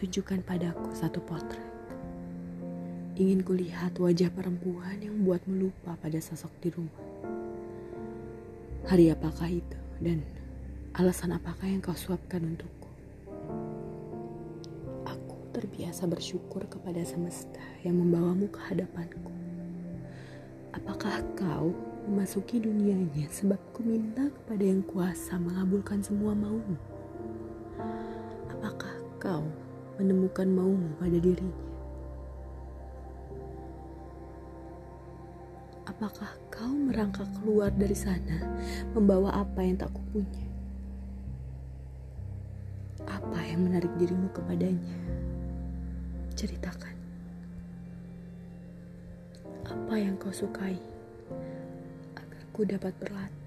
tunjukkan padaku satu potret. Ingin kulihat wajah perempuan yang membuatmu lupa pada sosok di rumah. Hari apakah itu dan alasan apakah yang kau suapkan untukku? Aku terbiasa bersyukur kepada semesta yang membawamu ke hadapanku. Apakah kau memasuki dunianya sebab ku minta kepada yang kuasa mengabulkan semua maumu? Apakah kau menemukan maumu pada dirinya? Apakah kau merangkak keluar dari sana membawa apa yang tak kupunya? Apa yang menarik dirimu kepadanya? Ceritakan. Apa yang kau sukai agar ku dapat berlatih?